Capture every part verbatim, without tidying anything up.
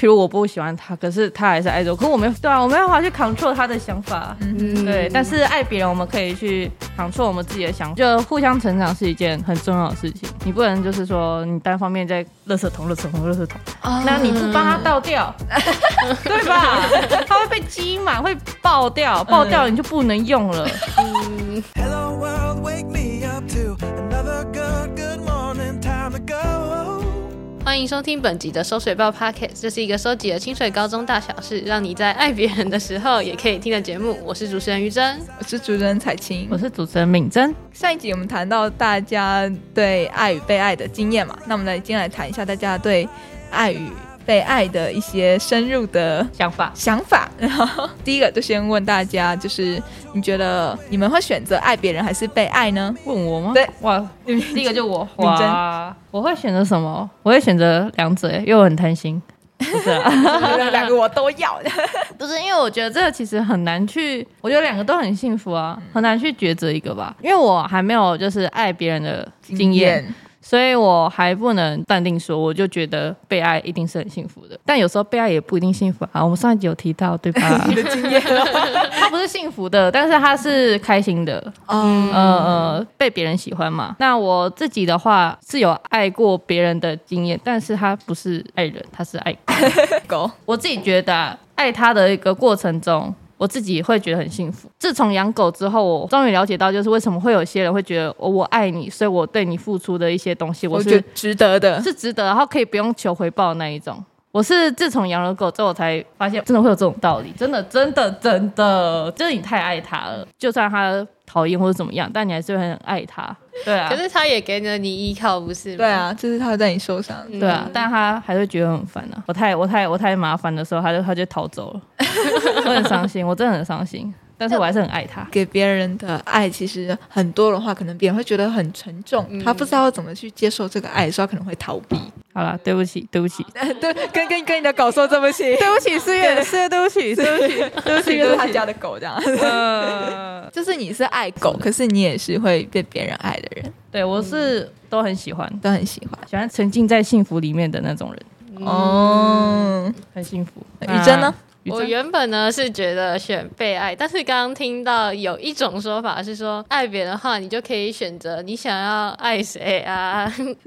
譬如我不喜欢他，可是他还是爱着我，可是我没有对啊，我没办法去 control 他的想法，嗯，对。但是爱别人，我们可以去 control 我们自己的想法，就互相成长是一件很重要的事情。你不能就是说你单方面在垃圾桶、垃圾桶、垃圾桶，哦、那你不帮他倒掉，对吧？他会被积满，会爆掉，爆掉你就不能用了。嗯 Hello world, wake me up to another good, good morning, time to go. 欢迎收听本集的收水报 Podcast， 这是一个收集了清水高中大小事，让你在爱别人的时候也可以听的节目。我是主持人于真， 我是主持人彩琴， 我是主持人敏珍。 上一集我们谈到大家对爱与被爱的经验嘛，那我们来今天来谈一下大家对爱与被爱的一些深入的想法想法。然后第一个就先问大家，就是你觉得你们会选择爱别人还是被爱呢？ 问我吗？ 对， 哇，第一个就我。哇，我会选择什么？我会选择两者，因为我很贪心。不是啊， 两个我都要。 不是，因为我觉得这个其实很难去，我觉得两个都很幸福啊，很难去抉择一个吧。因为我还没有就是爱别人的经验。所以我还不能断定说我就觉得被爱一定是很幸福的，但有时候被爱也不一定幸福啊。我们上一集有提到对吧？ 你的经验它不是幸福的，但是它是开心的。嗯呃呃，被别人喜欢嘛。那我自己的话是有爱过别人的经验，但是他不是爱人，他是爱狗。我自己觉得、啊、爱他的一个过程中，我自己会觉得很幸福。自从养狗之后，我终于了解到，就是为什么会有些人会觉得、哦、我爱你，所以我对你付出的一些东西，我是我觉得值得的， 是值得，然后可以不用求回报的那一种。我是自从养了狗之后，我才发现真的会有这种道理，真的真的真的，就是你太爱它了，就算它讨厌或者怎么样，但你还是会很爱它。对啊， 可是他也给了你依靠，不是吗？ 对啊，就是他在你受伤， 对啊，但他还是觉得很烦啊。我太我太我太麻烦的时候，他就他就逃走了，我很伤心，我真的很伤心。但是我还是很爱他。 给别人的爱其实很多的话，可能别人会觉得很沉重、嗯、他不知道怎么去接受这个爱的时候，可能会逃避。 好啦，对不起对不起对，跟跟跟你的狗说对不起， 对不起四月四月对不起对不起对不起， 这是他家的狗这样、呃、就是你是爱狗，可是你也是会被别人爱的人。 对，我是都很喜欢、嗯、 都很喜欢喜欢沉浸在幸福里面的那种人。哦、嗯，很幸福。 于真呢？ 我原本呢是觉得选被爱，但是刚刚听到有一种说法是说，爱别人的话，你就可以选择你想要爱谁啊。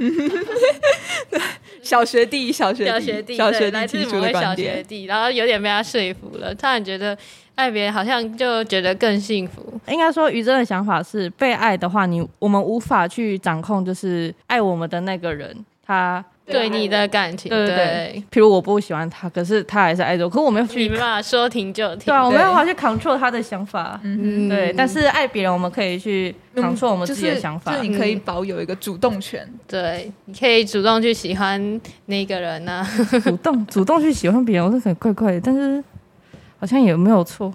小学弟，小学弟， 小学弟， 小学弟来自某位小学弟，然后有点被他说服了，突然觉得爱别人好像就觉得更幸福。 应该说于真的想法是，被爱的话，你我们无法去掌控，就是爱我们的那个人他对你的感情， 对对对，譬如我不喜欢他，可是他还是爱着我，可是我没有去， 你没办法说停就停， 对啊，我没办法去 control 他的想法，嗯，对。但是爱别人，我们可以去 control 我们自己的想法， 就是、就是你可以保有一个主动权， 嗯、对，你可以主动去喜欢那个人啊， 主动主动去喜欢别人，我是很怪怪的，但是好像也没有错，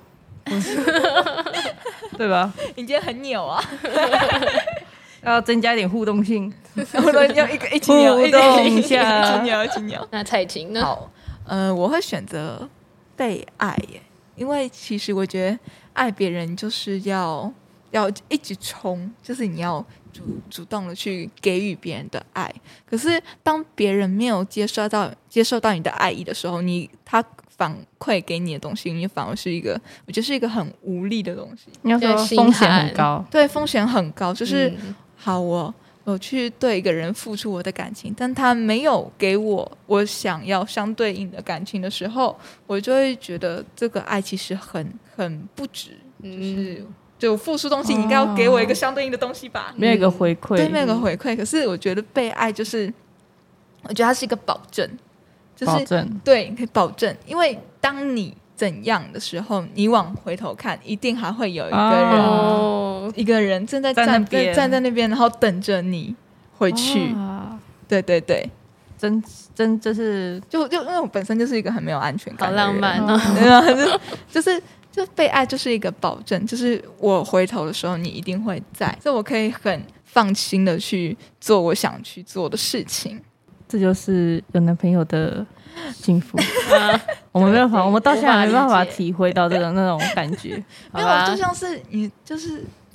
对吧？ 你今天很扭啊。 要增加一点互动性， 然后要一个一起扭， 互动一下， 一起扭，一起扭。 那彩琴呢？ 好，呃，我会选择被爱耶，因为其实我觉得爱别人就是要要一直冲，就是你要主主动的去给予别人的爱。可是当别人没有接受到接受到你的爱意的时候，你他反馈给你的东西，你反而是一个，我觉得是一个很无力的东西。 你要说风险很高， 对，风险很高，就是。嗯好，我我去对一个人付出我的感情，但他没有给我我想要相对应的感情的时候，我就会觉得这个爱其实很很不值，嗯、就是就付出东西，你应该要给我一个相对应的东西吧， 没有一个回馈， 对，没有一个回馈。可是我觉得被爱就是，我觉得它是一个保证，就是保证， 对，你可以保证，因为当你怎样的时候，你往回头看，一定还会有一个人，哦、一个人正在站站 在, 站在那边，然后等着你回去。哦、对对对， 真真就是就就因为我本身就是一个很没有安全感的人，好浪漫哦， 就就是就被爱就是一个保证，就是我回头的时候，你一定会在，所以我可以很放心的去做我想去做的事情。 这就是有男朋友的幸福。啊、我们没办法，我们到现在没办法体会到这个那种感觉。 没有，就像是你就是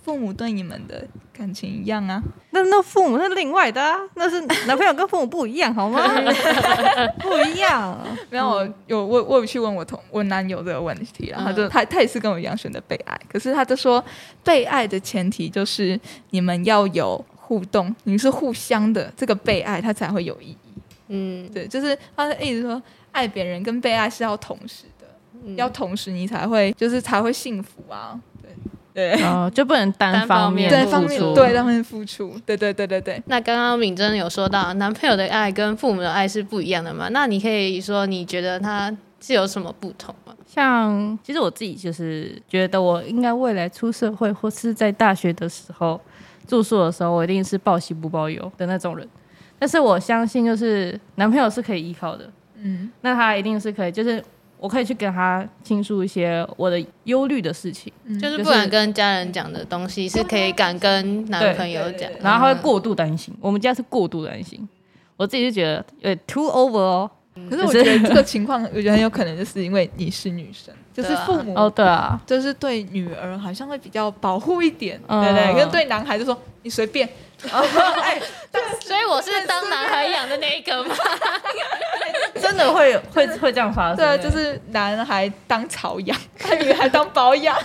父母对你们的感情一样啊。 那那父母是另外的啊，那是男朋友跟父母不一样，好吗？不一样。 没有，我有我我有去问我同我男友这个问题啦，他就他他也是跟我一样选择被爱，可是他就说被爱的前提就是你们要有互动，你们是互相的，这个被爱它才会有意义。 嗯， 对，就是他的意思说，爱别人跟被爱是要同时的， 嗯要同时你才会就是才会幸福啊。对对。 哦，就不能单方面对方付出， 面对单方面付出，对对对对对。 那刚刚敏珍有说到男朋友的爱跟父母的爱是不一样的嘛？那你可以说你觉得他是有什么不同吗？ 像其实我自己就是觉得我应该未来出社会或是在大学的时候住宿的时候，我一定是报喜不报忧的那种人。但是我相信就是男朋友是可以依靠的，嗯，那他一定是可以，就是我可以去跟他倾诉一些我的忧虑的事情， 嗯、就是不敢跟家人讲的东西是可以敢跟男朋友讲， 然后他会过度担心。我们家是过度担心，我自己就觉得有点 too over 哦。 可是我觉得这个情况，我觉得很有可能就是因为你是女生，就是父母哦，对啊， 就是对女儿好像会比较保护一点， 嗯、 对不对？跟对男孩就说你随便。 哎，所以我是当男孩养的那一个吗？ 真的会会会这样发生？ 对，就是男孩当草养，女孩当保养。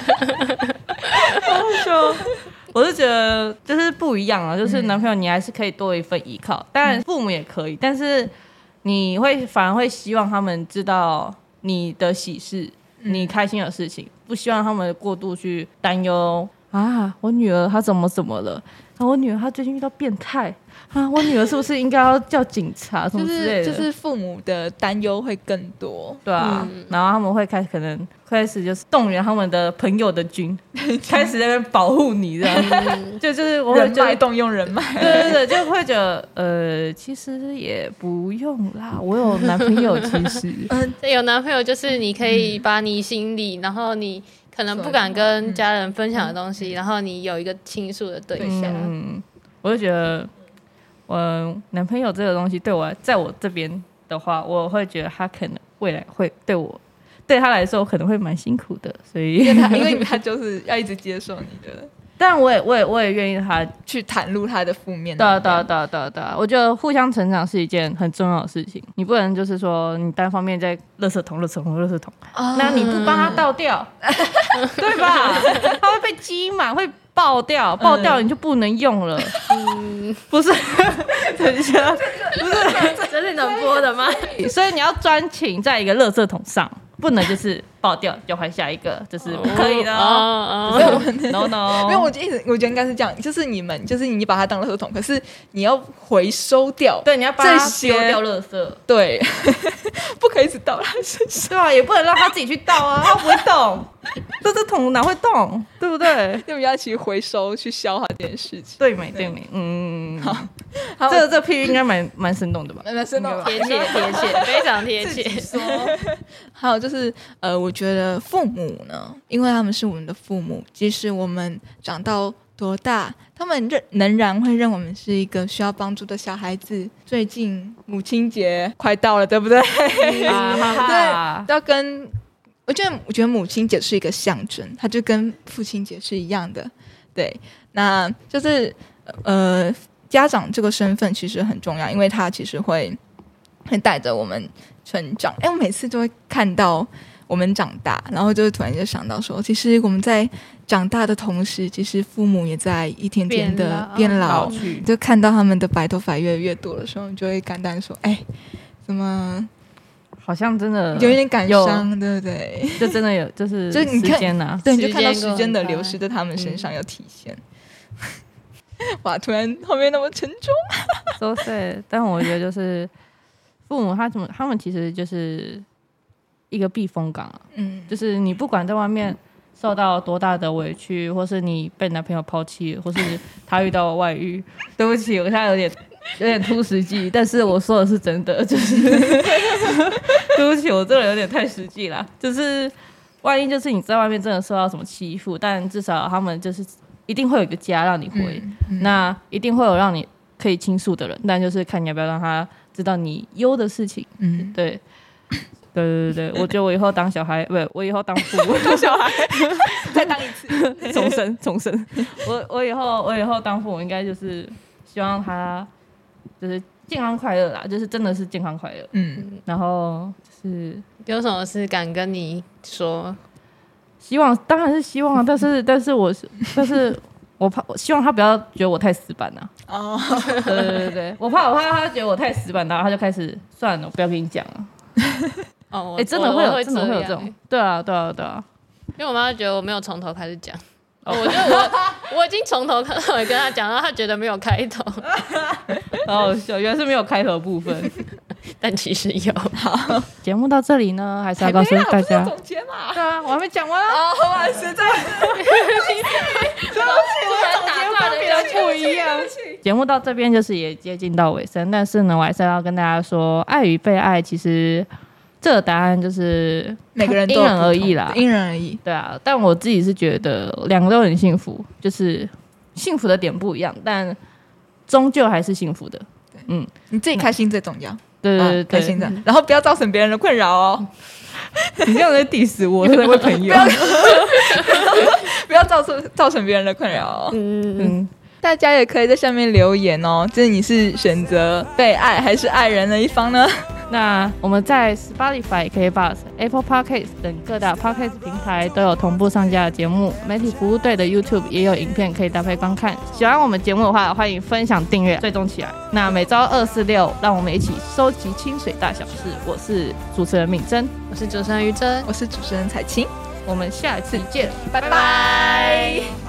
就我是觉得就是不一样啊，就是男朋友你还是可以多一份依靠，当然父母也可以，但是你会反而会希望他们知道你的喜事，你开心的事情，不希望他们过度去担忧啊，我女儿她怎么怎么了？啊，我女儿她最近遇到变态啊，我女儿是不是应该要叫警察什么之类的？ 就是就是父母的担忧会更多， 对啊，嗯、然后他们会开始可能开始就是动员他们的朋友的军，开始在那边保护你这样，嗯、就就是我会人脉动用人脉， 对对对，就会觉得呃，其实也不用啦，我有男朋友，其实嗯，有男朋友就是你可以把你心里，然后你可能不敢跟家人分享的东西，然后你有一个倾诉的对象。 嗯，我就觉得，我男朋友这个东西对我，在我这边的话，我会觉得他可能未来会对我，对他来说可能会蛮辛苦的，所以因为他因为他就是要一直接受你的。 但我也我也我也愿意他去袒露他的负面。 对啊对啊对啊对啊对啊，我觉得互相成长是一件很重要的事情。你不能就是说你单方面在垃圾桶、垃圾桶、垃圾桶，哦、那你不帮他倒掉，对吧？他会被积满，会爆掉，爆掉你就不能用了。嗯，不是，等一下，不是， 这是能播的吗？ 所以你要专情在一个垃圾桶上。不能就是爆掉就换下一个，这是不可以的哦。 所以我 no no， 没有，我一直我觉得应该是这样，就是你们就是你把它当垃圾桶，可是你要回收掉， 对，你要把它丢掉垃圾， 对，不可以一直倒他身上， 对啊，也不能让他自己去倒啊，他不会动，垃圾桶哪会动，对不对？ 你们要一起回收去消化这件事情， 对没对没，嗯，好，这这譬喻应该蛮蛮生动的吧？ 蛮生动， 贴切贴切，非常贴切。 还有就是呃，我觉得父母呢，因为他们是我们的父母，即使我们长到多大，他们仍仍然会认我们是一个需要帮助的小孩子。最近母亲节快到了，对不对？ 啊、 对，要跟我觉得，我觉得母亲节是一个象征，它就跟父亲节是一样的。对，那就是呃，家长这个身份其实很重要，因为他其实会会带着我们成长。哎，我每次都会看到我们长大，然后就突然就想到说，其实我们在长大的同时，其实父母也在一天天的变老， 变老就看到他们的白头发越来越多的时候，你就会感叹说，哎，怎么好像真的有一点感伤，对不对？ 就真的有，就是就你时间呐、啊， 对，你就看到时间的流逝在他们身上有体现。嗯、哇，突然后面那么沉重。 so sad， 但我觉得就是父母他怎么，他们其实就是一个避风港、啊，嗯，就是你不管在外面受到多大的委屈，或是你被男朋友抛弃，或是他遇到外遇，对不起，我现在有点有点突实际，但是我说的是真的，就是对不起，我这个有点太实际了，就是万一就是你在外面真的受到什么欺负，但至少他们就是一定会有一个家让你回，嗯嗯、那一定会有让你可以倾诉的人，但就是看你要不要让他知道你忧的事情，嗯，对。 对对对对，我觉得我以后当小孩，不，我以后当父母， 当小孩再当一次， 重生重生。我我以后我以后当父母，应该就是希望他就是健康快乐啦，就是真的是健康快乐。嗯，然后就是有什么事敢跟你说？ 希望当然是希望啊，但是但是我但是我怕，我希望他不要觉得我太死板了、啊。哦，对对对对，我怕我怕他觉得我太死板，然后他就开始算了，我不要跟你讲了。 哦， 哎、欸，真的会有， 会真的会有这种，对啊，对啊，对啊， 因为我妈觉得我没有从头开始讲，哦，我觉得我我已经从头开始跟她讲，然后她觉得没有开头， 好好笑，原来是没有开头部分， 但其实有。 好，节目到这里呢，还是要告诉大家， 总结嘛， 对啊，我还没讲完啊， 哦，好吧，实在是，对不起，我总结跟别人不一样。 节目到这边就是也接近到尾声，但是呢，我还是要跟大家说，爱与被爱其实这个答案就是每个人都因人而异啦， 因人而异。 对啊，但我自己是觉得两个都很幸福，就是幸福的点不一样，但终究还是幸福的。嗯， 你自己开心最重要。 对对对， 开心的，然后不要造成别人的困扰哦。 你这样在 diss 我这位朋友， 不要造成造成别人的困扰哦。 嗯嗯。大家也可以在下面留言哦，就是你是选择被爱还是爱人的一方呢？ 那我们在 Spotify、K-Box、Apple Podcast 等各大 Podcast 平台都有同步上架的节目，媒体服务队的 YouTube 也有影片可以搭配观看。喜欢我们节目的话，欢迎分享、订阅、追踪起来。那每周二、四、六，让我们一起收集清水大小事。我是主持人敏珍， 我是主持人于珍， 我是主持人彩青， 我们下次见， 拜拜。